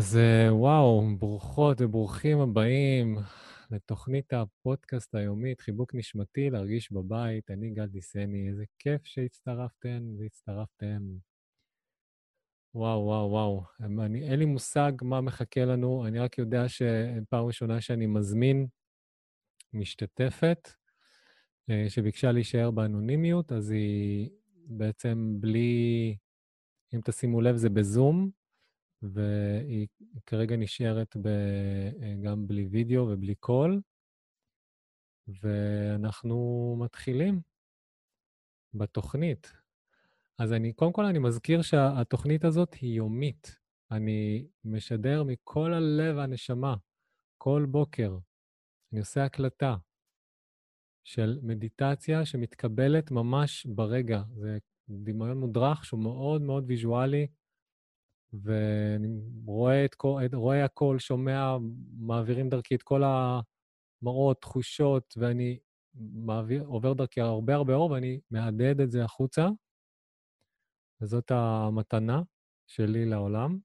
אז וואו, ברוכות וברוכים הבאים לתוכנית הפודקאסט היומית, חיבוק נשמתי, להרגיש בבית. אני גל דיסני, איזה כיף שהצטרפתן והצטרפתם. וואו, וואו, וואו. אין לי מושג מה מחכה לנו, אני רק יודע שפעם ראשונה שאני מזמין משתתפת, שביקשה להישאר באנונימיות, אז היא בעצם בלי, אם תשימו לב, זה בזום, והיא כרגע נשארת גם בלי וידאו ובלי קול, ואנחנו מתחילים בתוכנית. אז קודם כל אני מזכיר שהתוכנית הזאת היא יומית. אני משדר מכל הלב והנשמה, כל בוקר. אני עושה הקלטה של מדיטציה שמתקבלת ממש ברגע. זה דמיון מודרך שהוא מאוד מאוד ויזואלי, ואני רואה הכל, שומע, מעבירים דרכי את כל המראות, תחושות, ואני עובר דרכי הרבה הרבה אור, ואני מהדהד את זה החוצה, וזאת המתנה שלי לעולם.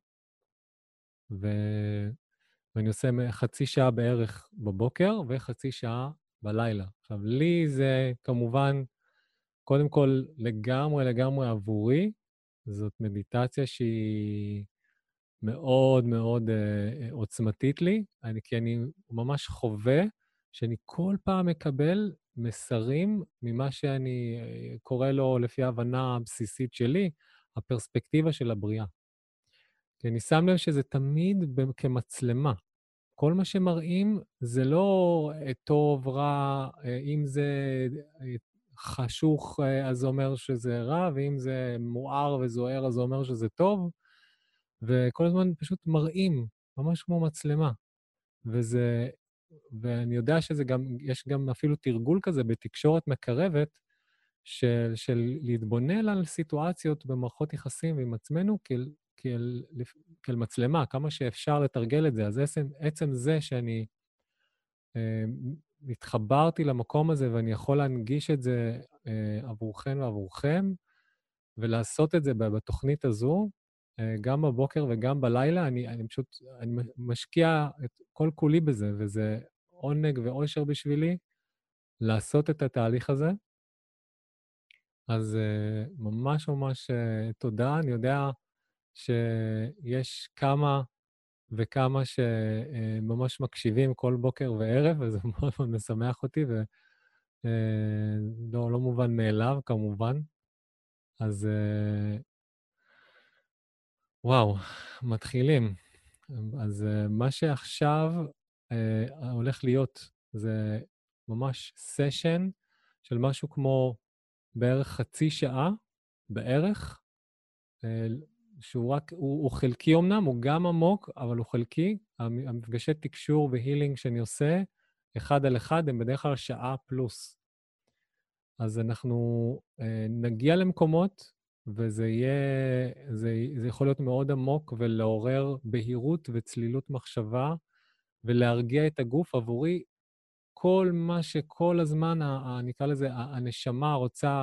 ואני עושה חצי שעה בערך בבוקר, וחצי שעה בלילה. עכשיו, לי זה כמובן, קודם כל, לגמרי לגמרי עבורי, זאת מדיטציה שהיא מאוד מאוד עוצמתית לי, כי אני ממש חווה שאני כל פעם מקבל מסרים ממה שאני קורא לו לפי ההבנה הבסיסית שלי, הפרספקטיבה של הבריאה. כי אני שם לב שזה תמיד כמצלמה. כל מה שמראים זה לא טוב, רע, אם זה חשוך אז זה אומר שזה רע, ואם זה מואר וזוהר אז זה אומר שזה טוב, וכל הזמן פשוט מראים, ממש כמו מצלמה. ואני יודע שזה גם, יש גם אפילו תרגול כזה בתקשורת מקרבת, של להתבונן על סיטואציות במערכות יחסים עם עצמנו כאל מצלמה, כמה שאפשר לתרגל את זה. אז עצם זה שאני התחברתי למקום הזה, ואני יכול להנגיש את זה עבורכם ועבורכם, ולעשות את זה בתוכנית הזו, גם בבוקר וגם בלילה, אני משקיע את כל כולי בזה, וזה עונג ואושר בשבילי לעשות את התהליך הזה. אז ממש ממש תודה. אני יודע שיש כמה וכמה שממש מקשיבים כל בוקר וערב, וזה מאוד מאוד משמח אותי, ולא לא מובן מאליו, כמובן. אז וואו, מתחילים. אז מה שעכשיו הולך להיות זה ממש סשן של משהו כמו בערך חצי שעה, בערך, שהוא רק, הוא חלקי אמנם, הוא גם עמוק, אבל הוא חלקי. המפגשי תקשור והילינג שאני עושה, אחד על אחד, הם בדרך כלל שעה פלוס. אז אנחנו נגיע למקומות, וזה יהיה, זה יכול להיות מאוד עמוק ולעורר בהירות וצלילות מחשבה, ולהרגיע את הגוף. עבורי, כל מה שכל הזמן, נקרא לזה, הנשמה רוצה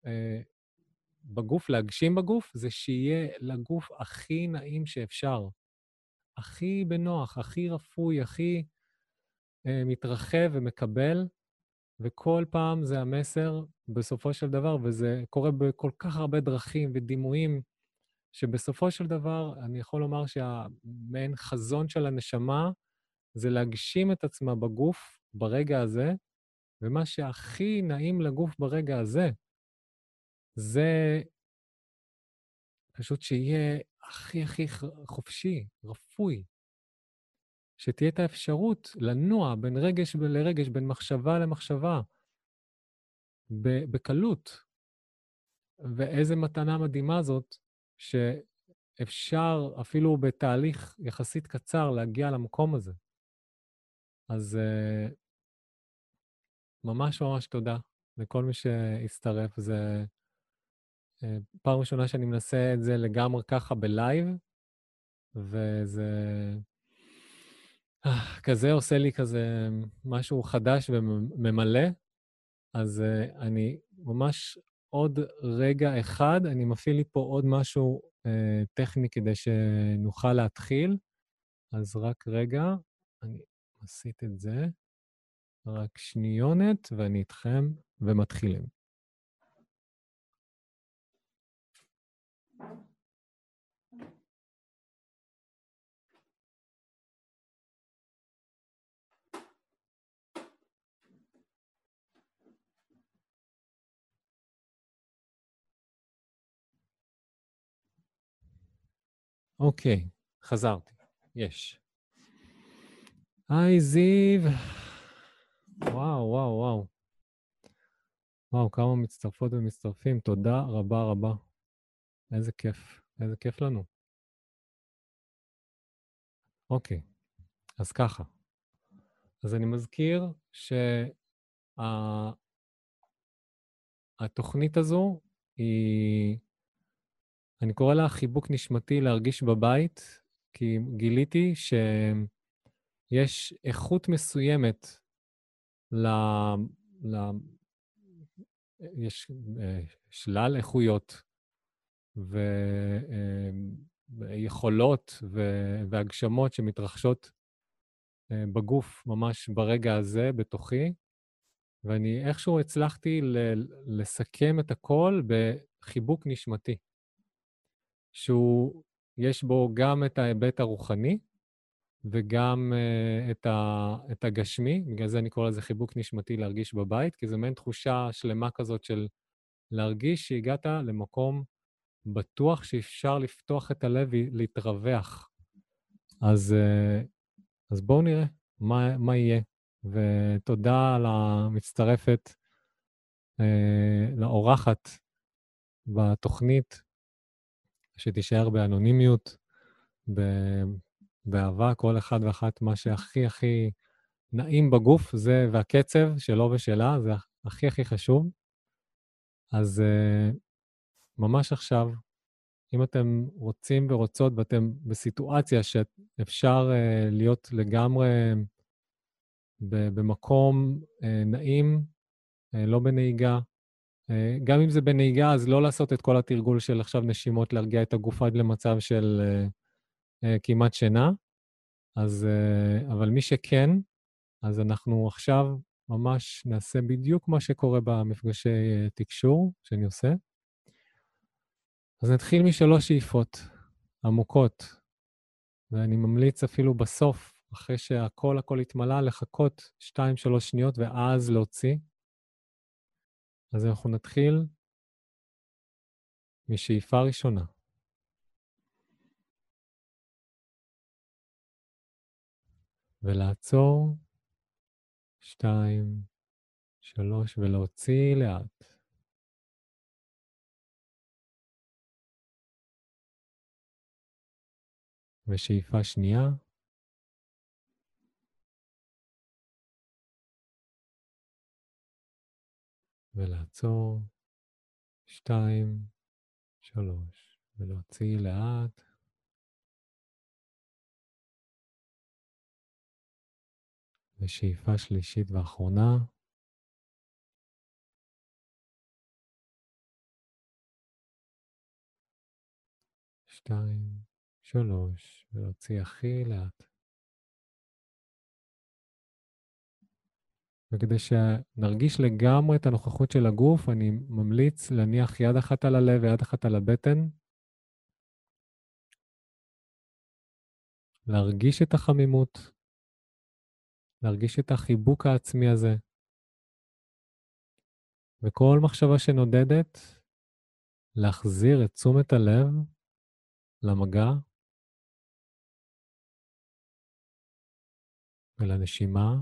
בגוף, להגשים בגוף, זה שיהיה לגוף הכי נעים שאפשר. הכי בנוח, הכי רפוי, הכי מתרחב ומקבל, וכל פעם זה המסר בסופו של דבר, וזה קורה בכל כך הרבה דרכים ודימויים, שבסופו של דבר אני יכול לומר שהמעין חזון של הנשמה זה להגשים את עצמה בגוף ברגע הזה, ומה שהכי נעים לגוף ברגע הזה, זה פשוט שיהיה הכי הכי חופשי, רפוי, שתהיה את האפשרות לנוע בין רגש לרגש, בין מחשבה למחשבה, בקלות. ואיזה מתנה מדהימה זאת, שאפשר אפילו בתהליך יחסית קצר להגיע למקום הזה. אז ממש ממש תודה לכל מי שהצטרף. זה פעם ראשונה שאני מנסה את זה לגמרי ככה בלייב, וזה כזה עושה לי כזה משהו חדש וממלא. אז אני ממש עוד רגע אחד, אני מפעיל לי פה עוד משהו טכני כדי שנוכל להתחיל. אז רק רגע, אני מסיט את זה, רק שניונת, ואני איתכם, ומתחילים. אוקיי, חזרתי. יש. היי, זיו. וואו, וואו, וואו. וואו, כמה מצטרפות ומצטרפים. תודה רבה רבה. איזה כיף. איזה כיף לנו. אוקיי, אז ככה. אז אני מזכיר שהתוכנית הזו היא, אני קורא לה חיבוק נשמתי להרגיש בבית, כי גיליתי שיש איכות מסוימת ל... ל... יש שלל איכויות ויכולות והגשמות שמתרחשות בגוף ממש ברגע הזה, בתוכי, ואני איכשהו הצלחתי לסכם את הכל בחיבוק נשמתי, יש בו גם את ההיבט הרוחני וגם את הגשמי, בגלל זה אני קורא לזה חיבוק נשמתי להרגיש בבית, כי זו מעין תחושה שלמה כזאת של להרגיש שהגעת למקום בטוח שאפשר לפתוח את הלב ולהתרווח. אז בואו נראה מה יהיה. ותודה למצטרפת, לאורחת בתוכנית, שתישאר באנונימיות, באהבה, כל אחד ואחת מה שהכי הכי נעים בגוף, זה והקצב שלו ושלה, זה הכי הכי חשוב. אז ממש עכשיו, אם אתם רוצים ורוצות ואתם בסיטואציה שאפשר להיות לגמרי במקום נעים, לא בנהיגה, גם אם זה בנהיגה, אז לא לעשות את כל התרגול של עכשיו נשימות, להרגיע את הגוף עד למצב של כמעט שינה. אז, אבל מי שכן, אז אנחנו עכשיו ממש נעשה בדיוק מה שקורה במפגשי תקשור שאני עושה. אז נתחיל משלוש שאיפות עמוקות, ואני ממליץ אפילו בסוף, אחרי שהכל התמלא, לחכות 2-3 שניות ואז להוציא. אז אנחנו נתחיל משאיפה ראשונה. ולעצור, 2, 3, ולהוציא לאט. ושאיפה שנייה. ולעצור, 2, 3, ולהוציא לאט. ושאיפה שלישית ואחרונה. 2, 3, ולהוציא הכי לאט. וכדי שנרגיש לגמרי את הנוכחות של הגוף, אני ממליץ להניח יד אחת על הלב ויד אחת על הבטן. להרגיש את החמימות, להרגיש את החיבוק העצמי הזה. וכל מחשבה שנודדת, להחזיר את תשומת הלב למגע ולנשימה.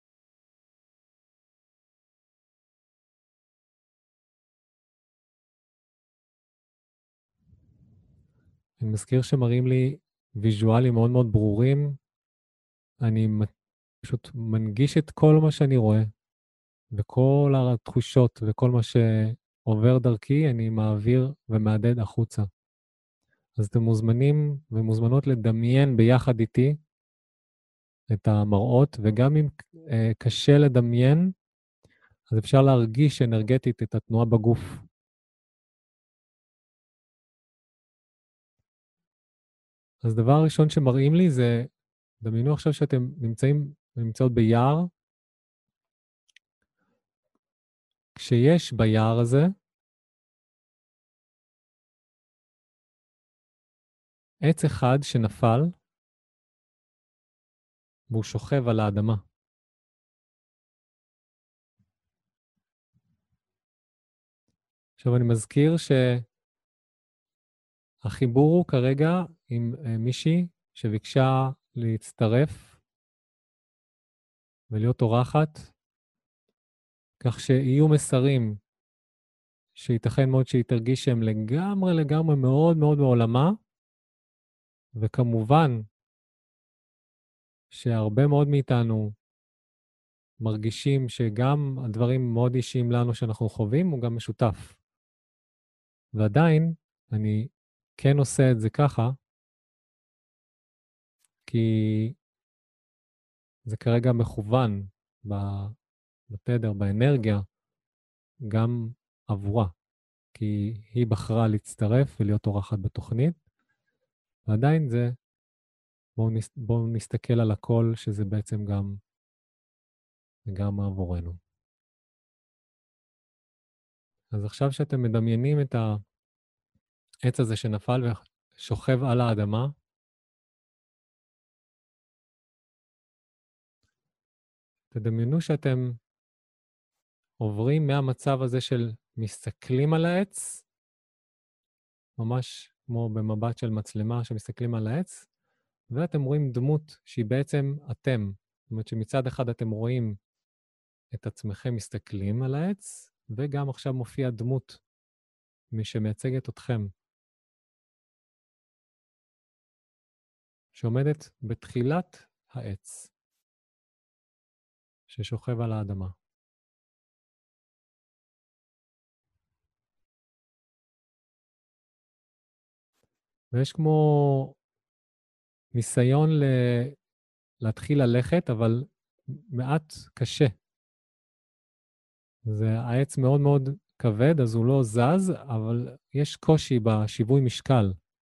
אני מזכיר שמראים לי ויזואלים מאוד מאוד ברורים. אני פשוט מנגיש את כל מה שאני רואה, וכל התחושות וכל מה שעובר דרכי, אני מעביר ומעדד החוצה. אז אתם מוזמנים ומוזמנות לדמיין ביחד איתי את המראות, וגם אם קשה לדמיין, אז אפשר להרגיש אנרגטית את התנועה בגוף. אז דבר ראשון שמראים לי זה דמיינו עכשיו שאתם נמצאות ביער, כשיש ביער הזה עץ אחד שנפל והוא שוכב על האדמה. עכשיו אני מזכיר שהחיבור הוא כרגע עם מישהי שביקשה להצטרף ולהיות אורחת, כך שיהיו מסרים שייתכן מאוד שהיא תרגיש שהם לגמרי מאוד מאוד מעולמה, וכמובן שהרבה מאוד מאיתנו מרגישים שגם הדברים מאוד אישיים לנו שאנחנו חווים הוא גם משותף. ועדיין אני כן עושה את זה ככה, כי זה כרגע מכוון בתדר, באנרגיה, גם עבורה, כי היא בחרה להצטרף ולהיות אורחת בתוכנית, ועדיין זה, בואו נסתכל על הכל, שזה בעצם גם עבורנו. אז עכשיו שאתם מדמיינים את העץ הזה שנפל ושוכב על האדמה, תדמיינו שאתם עוברים מהמצב הזה של מסתכלים על העץ, ממש כמו במבט של מצלמה שמסתכלים על העץ, ואתם רואים דמות שהיא בעצם אתם. זאת אומרת שמצד אחד אתם רואים את עצמכם מסתכלים על העץ, וגם עכשיו מופיעה דמות, מי שמייצגת אתכם, שעומדת בתחילת העץ, ששוכב על האדמה. ויש כמו ניסיון להתחיל ללכת, אבל מעט קשה. זה העץ מאוד מאוד כבד, אז הוא לא זז, אבל יש קושי בשיווי משקל.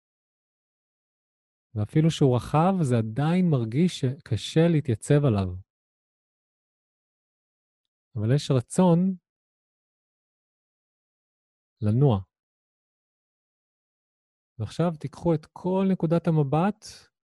ואפילו שהוא רחב, זה עדיין מרגיש שקשה להתייצב עליו. אבל יש רצון לנוע. ועכשיו תיקחו את כל נקודת המבט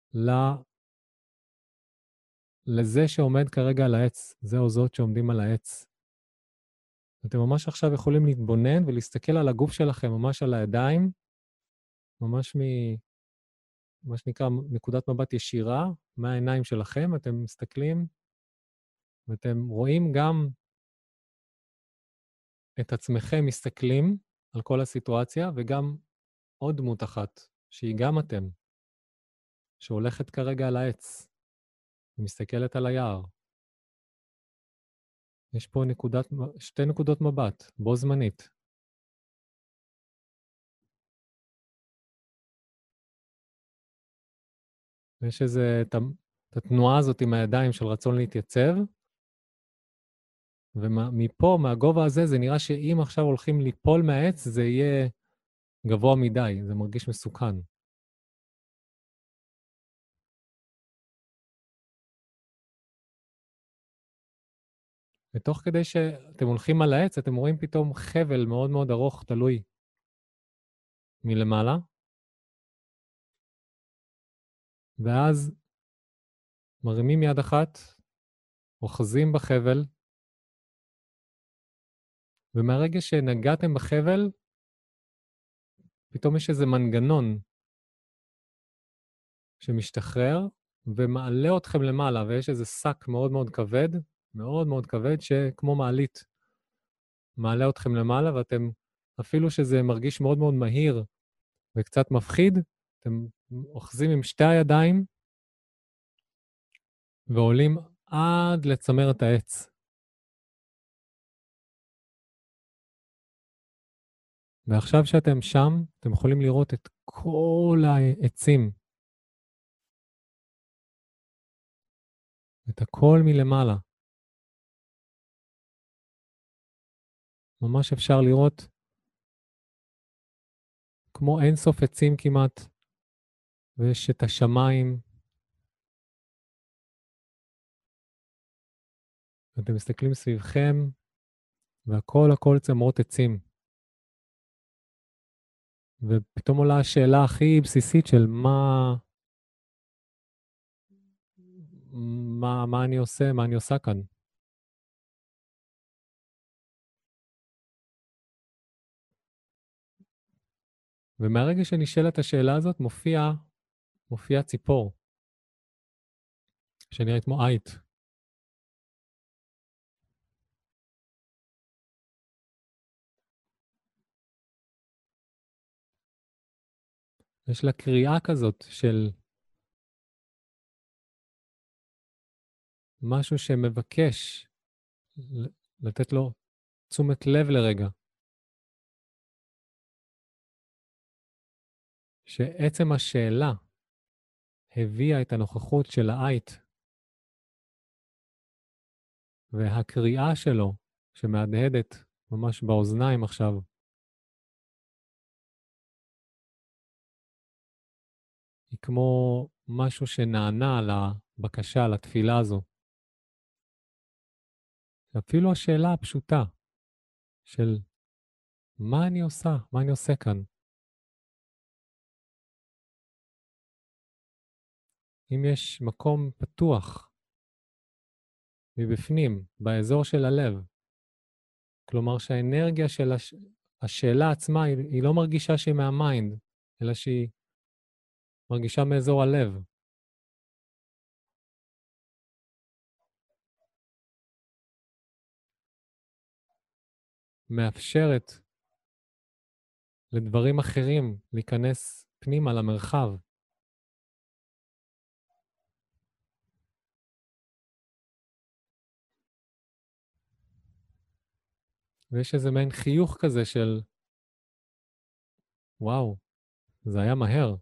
לזה שעומד כרגע על העץ, זה או זאת שעומדים על העץ. אתם ממש עכשיו יכולים להתבונן ולהסתכל על הגוף שלכם, ממש על הידיים, ממש מה שנקרא נקודת מבט ישירה, מהעיניים שלכם, אתם מסתכלים, ואתם רואים גם את עצמכם מסתכלים על כל הסיטואציה, וגם עוד דמות אחת, שהיא גם אתם, שהולכת כרגע על העץ, ומסתכלת על היער. יש פה שתי נקודות מבט, בו זמנית. ויש את התנועה הזאת עם הידיים של רצון להתייצב, ומפה, מהגובה הזה, זה נראה שאם עכשיו הולכים ליפול מהעץ, זה יהיה גבוה מדי, זה מרגיש מסוכן. ותוך כדי שאתם הולכים על העץ, אתם רואים פתאום חבל מאוד מאוד ארוך, תלוי מלמעלה, ואז מרימים יד אחת, אוחזים בחבל, ומהרגע שנגעתם בחבל, פתאום יש איזה מנגנון שמשתחרר ומעלה אתכם למעלה, ויש איזה שק מאוד מאוד כבד, מאוד מאוד כבד, שכמו מעלית מעלה אתכם למעלה, ואתם, אפילו שזה מרגיש מאוד מאוד מהיר וקצת מפחיד, אתם אוחזים עם שתי הידיים ועולים עד לצמרת העץ. ועכשיו שאתם שם, אתם יכולים לראות את כל העצים, את הכל מלמעלה. ממש אפשר לראות כמו אינסוף עצים כמעט, ויש את השמיים, אתם מסתכלים סביבכם, והכל הכל צמרות עצים. ופתאום עולה השאלה הכי בסיסית של מה אני עושה, מה אני עושה כאן. ומהרגע שנשאלת השאלה הזאת מופיע ציפור, שנראית כמו עית. יש לה קריאה כזאת של משהו שמבקש לתת לו תשומת לב לרגע. שעצם השאלה הביאה את הנוכחות של העית, והקריאה שלו, שמהדהדת ממש באוזניים עכשיו, היא כמו משהו שנענה לבקשה, לתפילה הזו. אפילו השאלה הפשוטה של מה אני עושה, מה אני עושה כאן. אם יש מקום פתוח מבפנים, באזור של הלב, כלומר שהאנרגיה של השאלה עצמה היא לא מרגישה שהיא מהמיינד, אלא שהיא מרגישה מאזור הלב. מאפשרת לדברים אחרים להיכנס פנימה למרחב. ויש איזה מעין חיוך כזה של, וואו, זה היה מהר.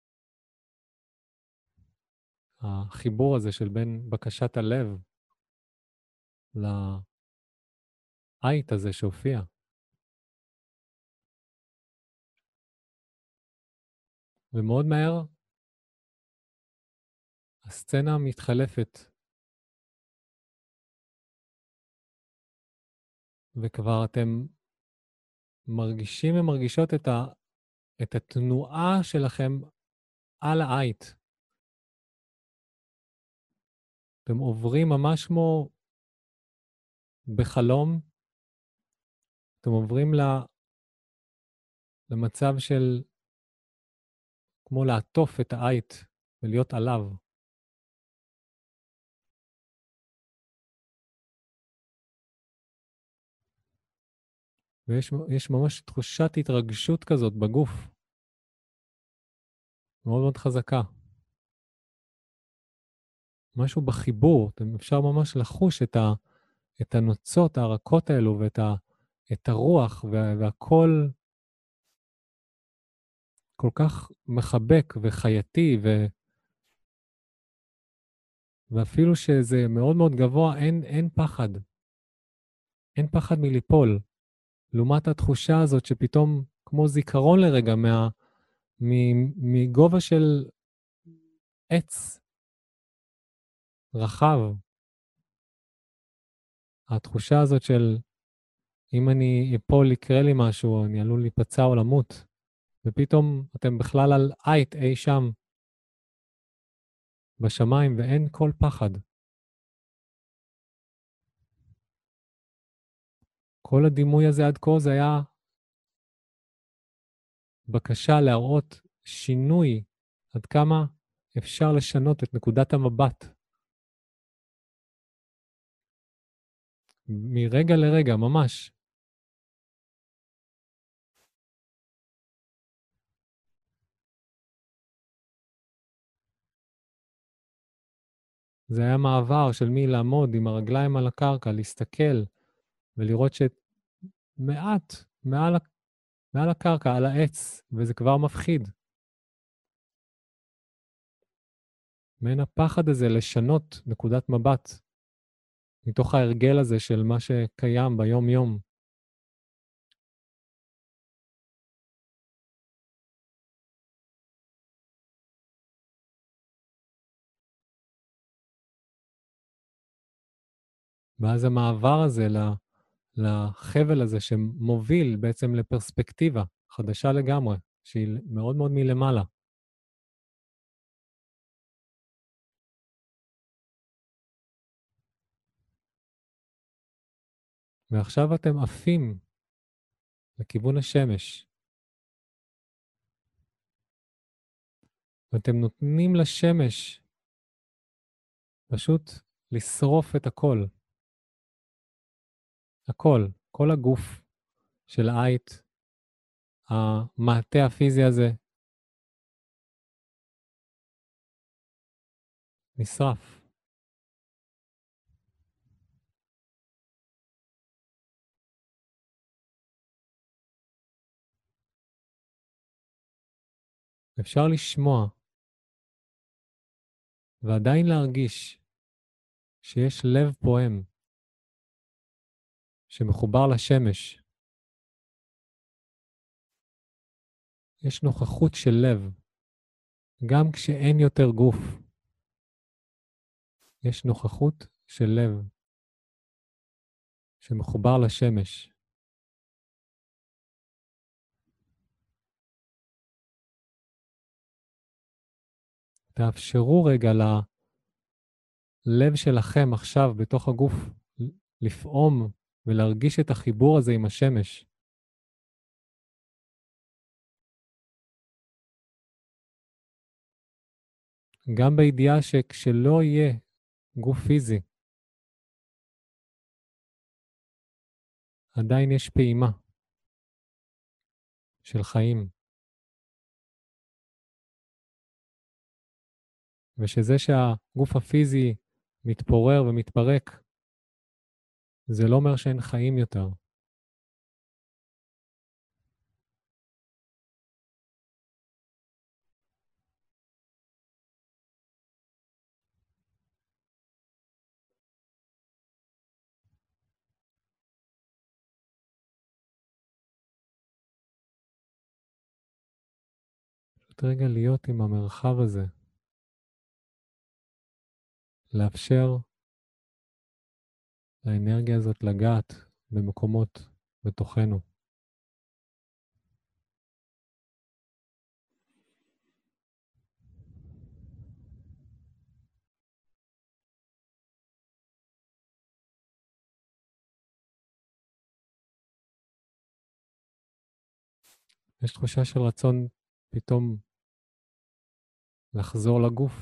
החיבור הזה של בין בקשת הלב לעית הזה שהופיע. ומאוד מהר הסצנה מתחלפת, וכבר אתם מרגישים ומרגישות את התנועה שלכם על העית. אתם עוברים ממש כמו בחלום, אתם עוברים למצב של כמו לעטוף את העית ולהיות עליו. ויש ממש תחושת התרגשות כזאת בגוף, מאוד מאוד חזקה. משהו בחיבור, אפשר ממש לחוש את הנוצות הרכות האלו את הרוח, והכל כל כך מחבק וחייתי, ואפילו שזה מאוד מאוד גבוה, אין פחד. אין פחד מליפול. לעומת התחושה הזאת שפתאום כמו זיכרון לרגע מגובה של עץ רחב. התחושה הזאת של אם אני אפול יקרה לי משהו, אני עלול להיפצע או למות, ופתאום אתם בכלל על עית אי שם בשמיים ואין כל פחד. כל הדימוי הזה עד כה זה היה בקשה להראות שינוי, עד כמה אפשר לשנות את נקודת המבט. מרגע לרגע, ממש. זה היה מעבר של מי לעמוד עם הרגליים על הקרקע, להסתכל ולראות שמעט מעל הקרקע, על העץ, וזה כבר מפחיד. מעין הפחד הזה לשנות נקודת מבט, מתוך ההרגל הזה של מה שקיים ביום-יום. ואז המעבר הזה לחבל הזה שמוביל בעצם לפרספקטיבה חדשה לגמרי, שהיא מאוד מאוד מלמעלה. ועכשיו אתם עפים לכיוון השמש, ואתם נותנים לשמש פשוט לשרוף את הכל. הכל, כל הגוף של העית, המעטה הפיזי הזה, נשרף. אפשר לשמוע ועדיין להרגיש שיש לב פועם שמחובר לשמש. יש נוכחות של לב, גם כשאין יותר גוף. יש נוכחות של לב שמחובר לשמש. תאפשרו רגע ללב שלכם עכשיו בתוך הגוף לפעום ולהרגיש את החיבור הזה עם השמש. גם בידיעה שכשלא יהיה גוף פיזי, עדיין יש פעימה של חיים. ושזה שהגוף הפיזי מתפורר ומתפרק, זה לא אומר שאין חיים יותר. פשוט רגע להיות עם המרחב הזה. לאפשר לאנרגיה הזאת לגעת במקומות בתוכנו. יש תחושה של רצון פתאום לחזור לגוף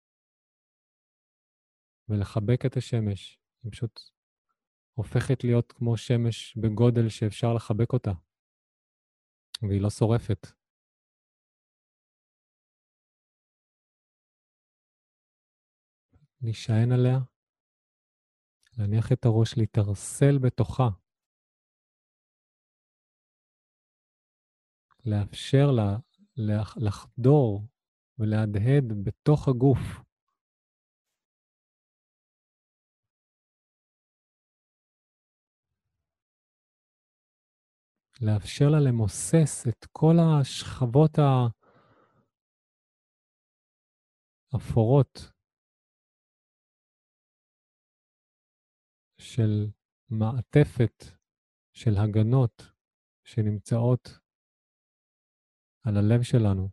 ולחבק את השמש. היא פשוט הופכת להיות כמו שמש בגודל שאפשר לחבק אותה, והיא לא שורפת. להישען עליה, להניח את הראש, להתרסל בתוכה, לאפשר לה לחדור ולהדהד בתוך הגוף. לאפשר לה למוסס את כל השכבות האפורות של מעטפת של הגנות שנמצאות על הלב שלנו.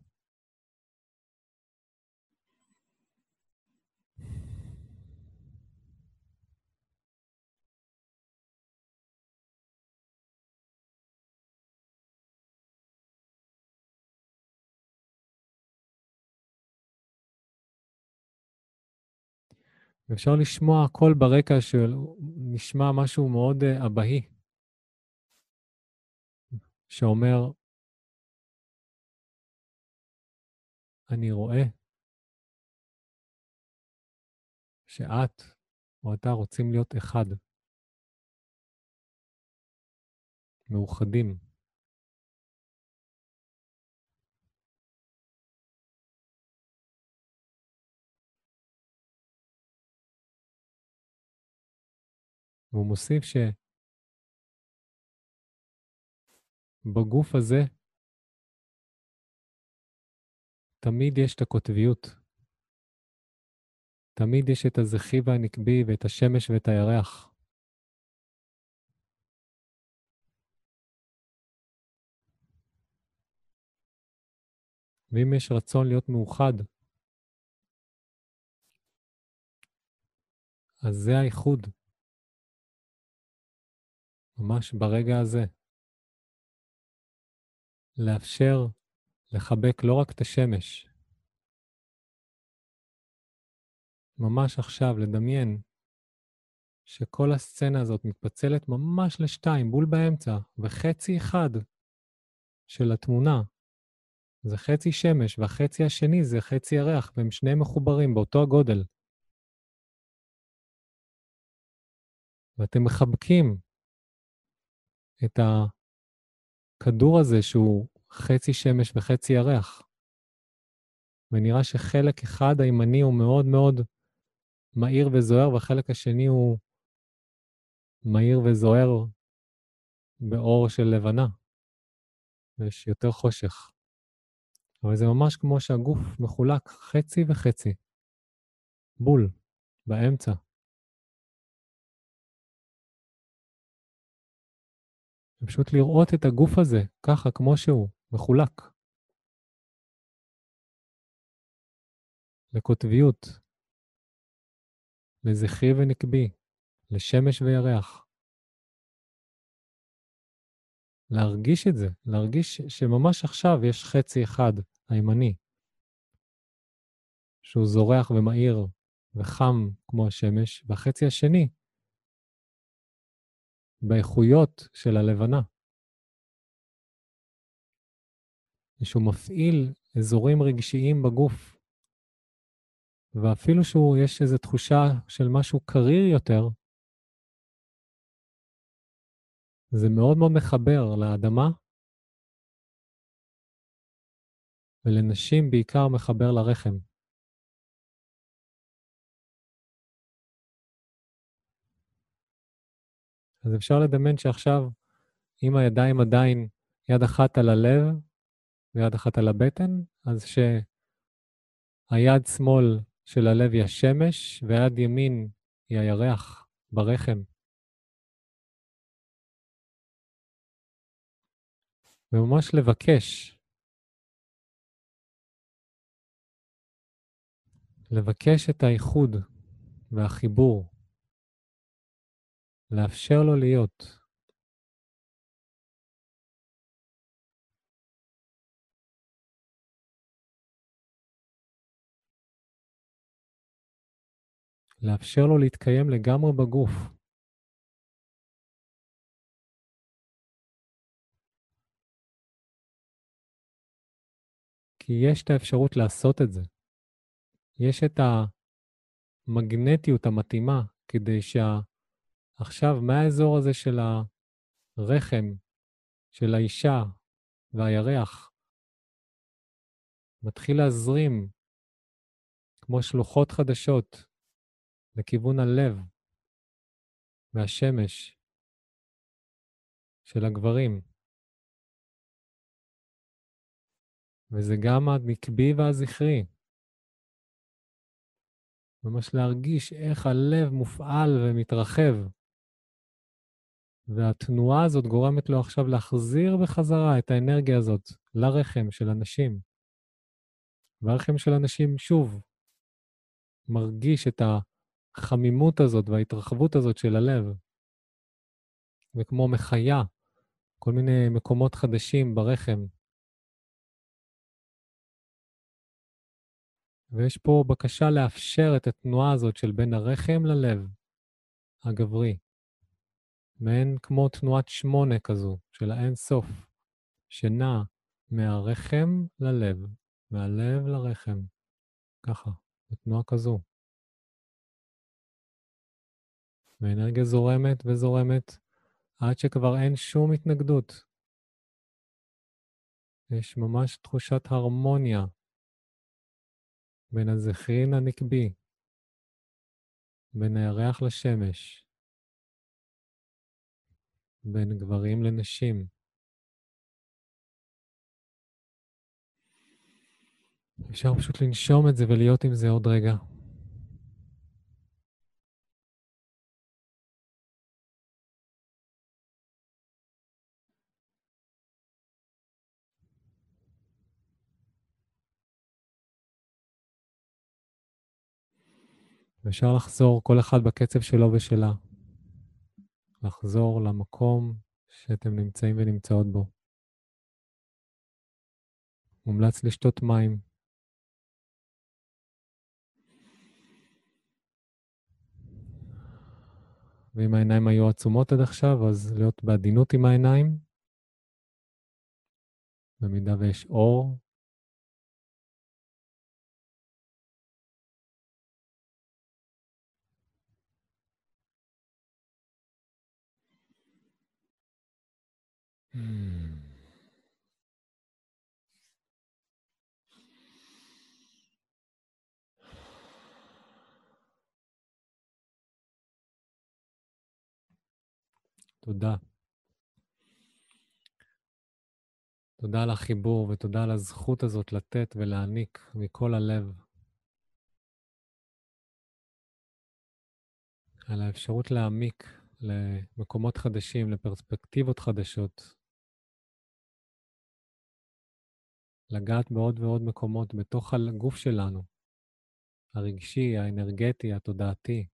ואפשר לשמוע קול ברקע שנשמע משהו מאוד אבהי, שאומר, אני רואה שאת או אתה רוצים להיות אחד, מאוחדים. והוא מוסיף שבגוף הזה תמיד יש את הקוטביות. תמיד יש את הזכי והנקבי ואת השמש ואת הירח. ואם יש רצון להיות מאוחד, אז זה האיחוד, ממש ברגע הזה. לאפשר לחבק לא רק את השמש, ממש עכשיו לדמיין שכל הסצנה הזאת מתפצלת ממש לשתיים, בול באמצע, וחצי אחד של התמונה זה חצי שמש, והחצי השני זה חצי ירח, והם שניהם מחוברים באותו הגודל. ואתם מחבקים את הכדור הזה שהוא חצי שמש וחצי ירח. ונראה שחלק אחד הימני הוא מאוד מאוד מהיר וזוהר, והחלק השני הוא מהיר וזוהר באור של לבנה. ויש יותר חושך. אבל זה ממש כמו שהגוף מחולק חצי וחצי. בול, באמצע. ופשוט לראות את הגוף הזה, ככה, כמו שהוא, מחולק. לקוטביות, לזכרי ונקבי, לשמש וירח. להרגיש את זה, להרגיש שממש עכשיו יש חצי אחד, הימני, שהוא זורח ומאיר וחם כמו השמש, והחצי השני, באיכויות של הלבנה. שהוא מפעיל אזורים רגשיים בגוף, ואפילו יש איזו תחושה של משהו קריר יותר, זה מאוד מאוד מחבר לאדמה, ולנשים בעיקר מחבר לרחם. אז אפשר לדמיין שעכשיו, אם הידיים עדיין יד אחת על הלב ויד אחת על הבטן, אז שהיד שמאל של הלב היא השמש, והיד ימין היא הירח ברחם. וממש לבקש את האיחוד והחיבור, לאפשר לו להיות. לאפשר לו להתקיים לגמרי בגוף. כי יש את האפשרות לעשות את זה. יש את המגנטיות המתאימה, כדי עכשיו מהאזור הזה של הרחם, של האישה והירח, מתחיל להזרים כמו שלוחות חדשות לכיוון הלב והשמש של הגברים. וזה גם הנקבי והזכרי. ממש להרגיש איך הלב מופעל ומתרחב. והתנועה הזאת גורמת לו עכשיו להחזיר בחזרה את האנרגיה הזאת לרחם של אנשים. והרחם של אנשים שוב מרגיש את החמימות הזאת וההתרחבות הזאת של הלב. וכמו מחיה, כל מיני מקומות חדשים ברחם. ויש פה בקשה לאפשר את התנועה הזאת של בין הרחם ללב הגברי. מעין כמו תנועת 8 כזו, של האין סוף, שנע מהרחם ללב, מהלב לרחם, ככה, בתנועה כזו. והאנרגיה זורמת וזורמת, עד שכבר אין שום התנגדות. יש ממש תחושת הרמוניה בין הזכרין הנקבי, בין הירח לשמש, בין גברים לנשים. אפשר פשוט לנשום את זה ולהיות עם זה עוד רגע. אפשר לחזור כל אחד בקצב שלו ושלה, לחזור למקום שאתם נמצאים ונמצאות בו. מומלץ לשתות מים. ואם העיניים היו עצומות עד עכשיו, אז להיות בעדינות עם העיניים, במידה ויש אור. תודה. תודה על החיבור ותודה על הזכות הזאת לתת ולהעניק מכל הלב. על האפשרות להעמיק למקומות חדשים, לפרספקטיבות חדשות. לגעת בעוד ועוד מקומות בתוך הגוף שלנו, הרגשי, האנרגטי, התודעתי.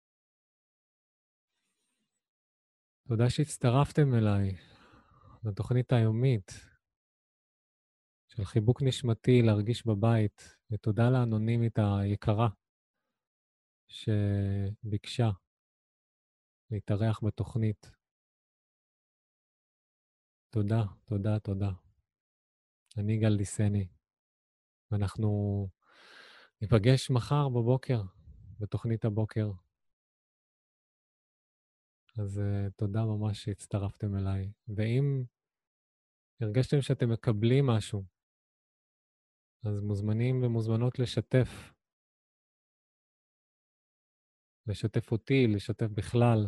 תודה שהצטרפתם אליי לתוכנית היומית של חיבוק נשמתי להרגיש בבית, ותודה לאנונימית היקרה שביקשה להתארח בתוכנית. תודה, תודה, תודה. אני גל דיסני, ואנחנו ניפגש מחר בבוקר, בתוכנית הבוקר. אז תודה ממש שהצטרפתם אליי. ואם הרגשתם שאתם מקבלים משהו, אז מוזמנים ומוזמנות לשתף. לשתף אותי, לשתף בכלל.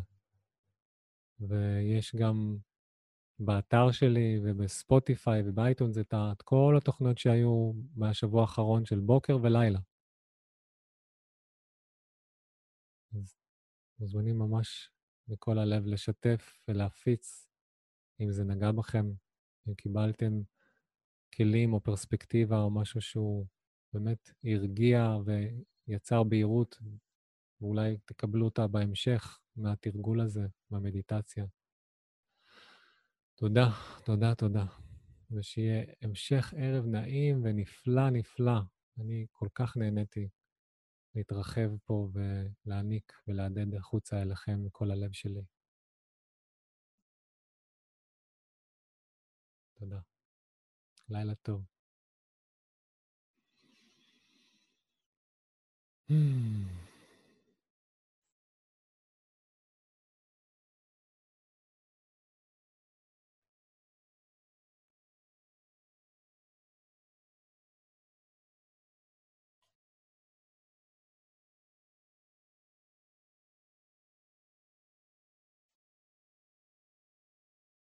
ויש גם באתר שלי ובספוטיפיי ובאייטונס את כל התוכניות שהיו מהשבוע האחרון של בוקר ולילה. אז מוזמנים ממש מכל הלב לשתף ולהפיץ אם זה נגע בכם, אם קיבלתם כלים או פרספקטיבה או משהו שהוא באמת הרגיע ויצר בהירות, ואולי תקבלו אותה בהמשך מהתרגול הזה, מהמדיטציה. תודה, תודה, תודה. ושיהיה המשך ערב נעים ונפלא נפלא. אני כל כך נהניתי להתרחב פה ולהעניק ולהדהד החוצה אליכם מכל הלב שלי. תודה. לילה טוב.